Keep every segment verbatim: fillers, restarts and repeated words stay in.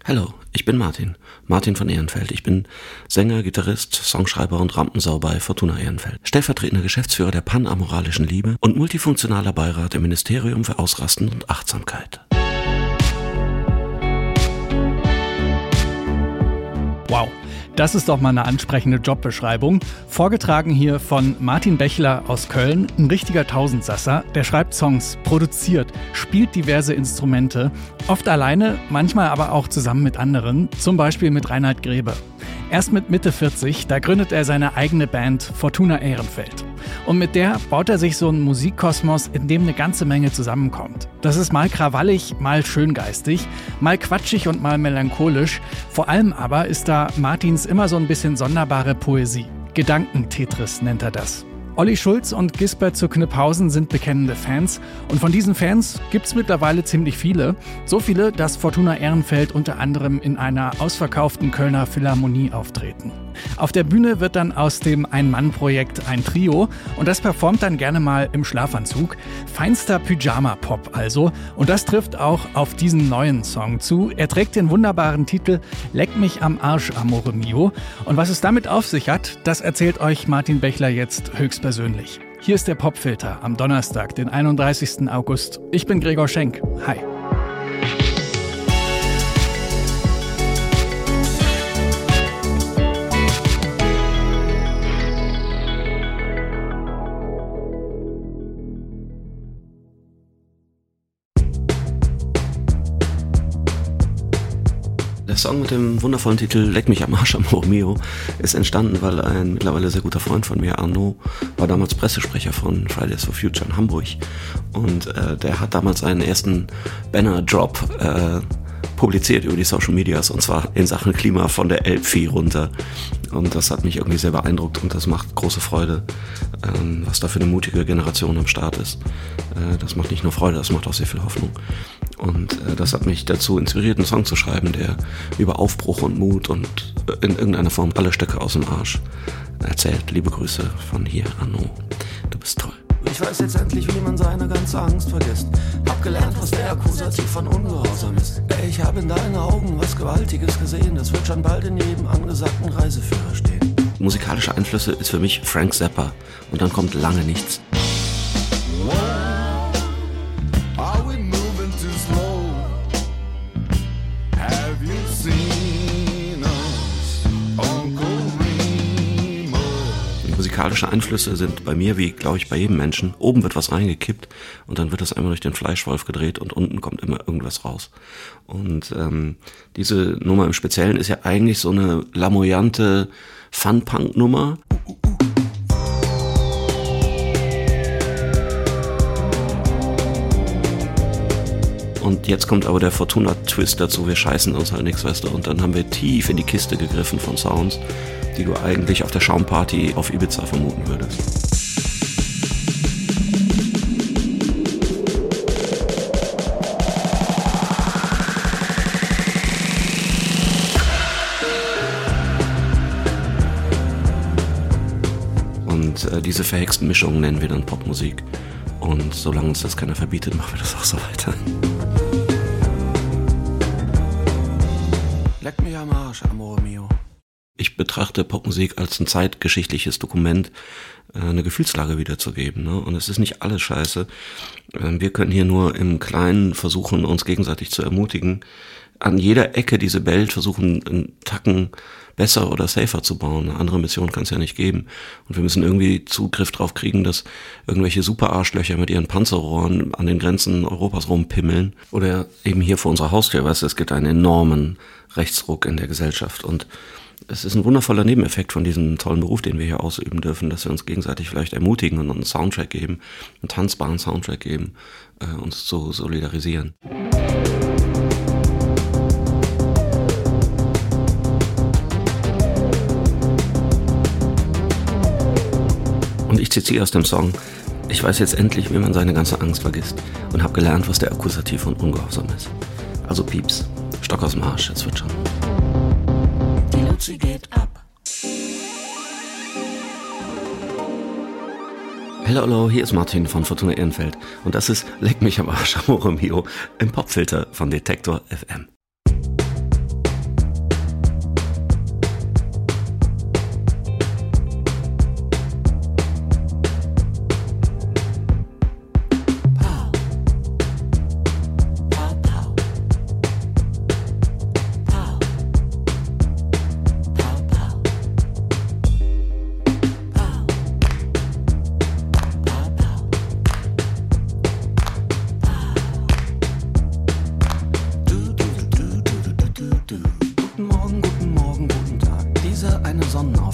Hallo, ich bin Martin, Martin von Ehrenfeld. Ich bin Sänger, Gitarrist, Songschreiber und Rampensau bei Fortuna Ehrenfeld. Stellvertretender Geschäftsführer der panamoralischen Liebe und multifunktionaler Beirat im Ministerium für Ausrasten und Achtsamkeit. Wow, das ist doch mal eine ansprechende Jobbeschreibung. Vorgetragen hier von Martin Bechler aus Köln, ein richtiger Tausendsasser. Der schreibt Songs, produziert, spielt diverse Instrumente, oft alleine, manchmal aber auch zusammen mit anderen, zum Beispiel mit Reinhard Grebe. Erst mit Mitte vierzig, da gründet er seine eigene Band Fortuna Ehrenfeld. Und mit der baut er sich so einen Musikkosmos, in dem eine ganze Menge zusammenkommt. Das ist mal krawallig, mal schöngeistig, mal quatschig und mal melancholisch. Vor allem aber ist da Martins immer so ein bisschen sonderbare Poesie. Gedankentetris nennt er das. Olli Schulz und Gisbert zu Kniphausen sind bekennende Fans und von diesen Fans gibt's mittlerweile ziemlich viele. So viele, dass Fortuna Ehrenfeld unter anderem in einer ausverkauften Kölner Philharmonie auftreten. Auf der Bühne wird dann aus dem Ein-Mann-Projekt ein Trio und das performt dann gerne mal im Schlafanzug. Feinster Pyjama-Pop also. Und das trifft auch auf diesen neuen Song zu. Er trägt den wunderbaren Titel Leck mich am Arsch, Amore Mio. Und was es damit auf sich hat, das erzählt euch Martin Bechler jetzt höchstpersönlich. Hier ist der Popfilter am Donnerstag, den einunddreißigsten August. Ich bin Gregor Schenk. Hi. Der Song mit dem wundervollen Titel Leck mich am Arsch, Amore Mio ist entstanden, weil ein mittlerweile sehr guter Freund von mir, Arnaud, war damals Pressesprecher von Fridays for Future in Hamburg und äh, der hat damals einen ersten Banner-Drop äh, publiziert über die Social Medias und zwar in Sachen Klima von der Elbphilharmonie runter und das hat mich irgendwie sehr beeindruckt und das macht große Freude, ähm, was da für eine mutige Generation am Start ist. Äh, das macht nicht nur Freude, das macht auch sehr viel Hoffnung. Und äh, das hat mich dazu inspiriert, einen Song zu schreiben, der über Aufbruch und Mut und in irgendeiner Form alle Stöcke aus dem Arsch erzählt. Liebe Grüße von hier, Arnaud. Du bist toll. Ich weiß jetzt endlich, wie man seine ganze Angst vergisst. Hab gelernt, was der Akkusativ von Ungehorsam ist. Ey, ich hab in deinen Augen was Gewaltiges gesehen. Das wird schon bald in jedem angesagten Reiseführer stehen. Musikalische Einflüsse ist für mich Frank Zappa. Und dann kommt lange nichts. Musikalische Einflüsse sind bei mir, wie glaube ich bei jedem Menschen, oben wird was reingekippt und dann wird das einmal durch den Fleischwolf gedreht und unten kommt immer irgendwas raus. Und ähm, diese Nummer im Speziellen ist ja eigentlich so eine lamoyante Fun-Punk-Nummer. Und jetzt kommt aber der Fortuna-Twist dazu, wir scheißen uns halt nichts, weißt du, und dann haben wir tief in die Kiste gegriffen von Sounds, die du eigentlich auf der Schaumparty auf Ibiza vermuten würdest. Und äh, diese verhexten Mischungen nennen wir dann Popmusik. Und solange uns das keiner verbietet, machen wir das auch so weiter. Leck mich am Arsch, Amore Mio. Ich betrachte Popmusik als ein zeitgeschichtliches Dokument, eine Gefühlslage wiederzugeben. Ne? Und es ist nicht alles scheiße. Wir können hier nur im Kleinen versuchen, uns gegenseitig zu ermutigen, an jeder Ecke diese Welt versuchen, einen Tacken besser oder safer zu bauen. Eine andere Mission kann es ja nicht geben. Und wir müssen irgendwie Zugriff drauf kriegen, dass irgendwelche Superarschlöcher mit ihren Panzerrohren an den Grenzen Europas rumpimmeln. Oder eben hier vor unserer Haustür, weißt du, es gibt einen enormen Rechtsruck in der Gesellschaft. Und es ist ein wundervoller Nebeneffekt von diesem tollen Beruf, den wir hier ausüben dürfen, dass wir uns gegenseitig vielleicht ermutigen und einen Soundtrack geben, einen tanzbaren Soundtrack geben, äh, uns zu solidarisieren. Und ich zitiere aus dem Song: Ich weiß jetzt endlich, wie man seine ganze Angst vergisst und habe gelernt, was der Akkusativ von Ungehorsam ist. Also Pieps, Stock aus dem Arsch, jetzt wird schon. Die Luzi geht ab. Hello, hello, hier ist Martin von Fortuna Ehrenfeld und das ist Leck mich am Arsch, Amore Mio im Popfilter von Detektor F M.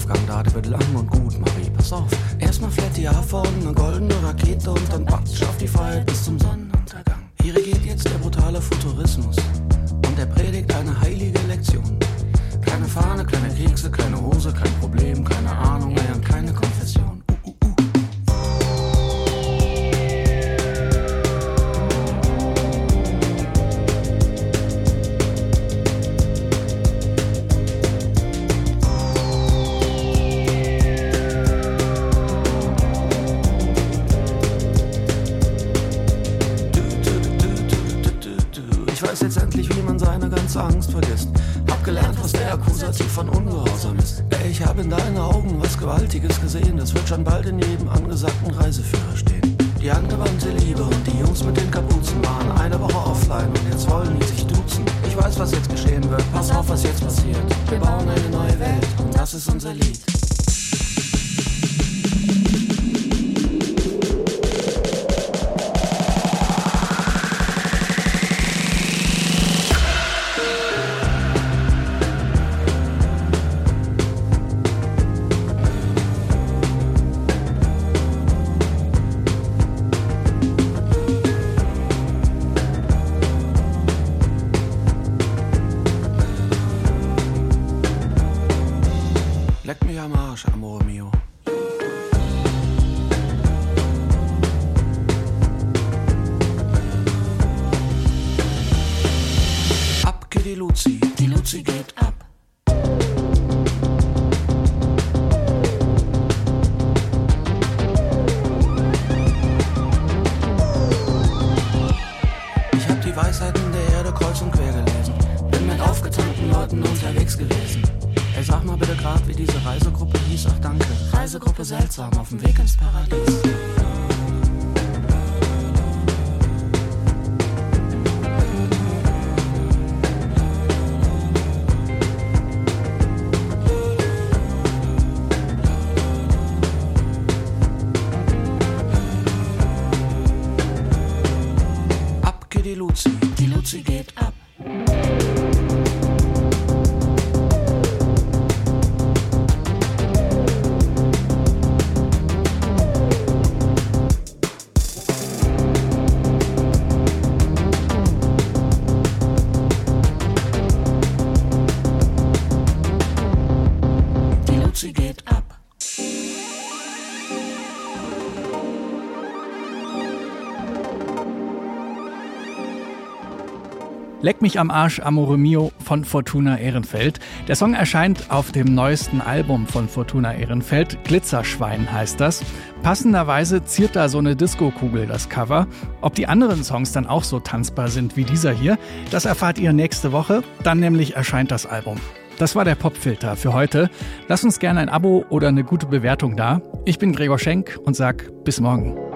Sonnenaufgang da, der wird lang und gut, Marie, pass auf. Erstmal fährt die A V eine goldene Rakete und dann batsch auf die Freiheit bis zum Sonnenuntergang. Hier regiert jetzt der brutale Futurismus und er predigt eine heilige Lektion. Keine Fahne, kleine Kekse, keine Hose, kein Problem, keine Ahnung mehr und keine Konfession. Uh, uh, uh. Ich weiß jetzt endlich, wie man seine ganze Angst vergisst. Hab gelernt, was der Akkusativ von Ungehorsam ist. Ey, ich hab in deinen Augen was Gewaltiges gesehen. Das wird schon bald in jedem angesagten Reiseführer stehen. Die angewandte Liebe und die Jungs mit den Kapuzen waren eine Woche offline und jetzt wollen die sich duzen. Ich weiß, was jetzt geschehen wird, pass auf, was jetzt passiert. Wir bauen eine neue Welt und das ist unser Lied. Leck mich am Arsch, amore mio. Ab geht die Luzi, die Luzi geht ab. Ich hab die Weisheiten der Erde kreuz und quer gelesen. Bin mit aufgetankten Leuten unterwegs gewesen. Ey, sag mal bitte grad, wie diese Reisegruppe hieß. Ach danke, Reisegruppe seltsam, auf dem Weg ins Paradies. Ab geht die Luzi, die Luzi geht ab. Sie geht ab. Leck mich am Arsch, Amore Mio von Fortuna Ehrenfeld. Der Song erscheint auf dem neuesten Album von Fortuna Ehrenfeld. Glitzerschwein heißt das. Passenderweise ziert da so eine Disco-Kugel das Cover. Ob die anderen Songs dann auch so tanzbar sind wie dieser hier, das erfahrt ihr nächste Woche. Dann nämlich erscheint das Album. Das war der Popfilter für heute. Lasst uns gerne ein Abo oder eine gute Bewertung da. Ich bin Gregor Schenk und sag bis morgen.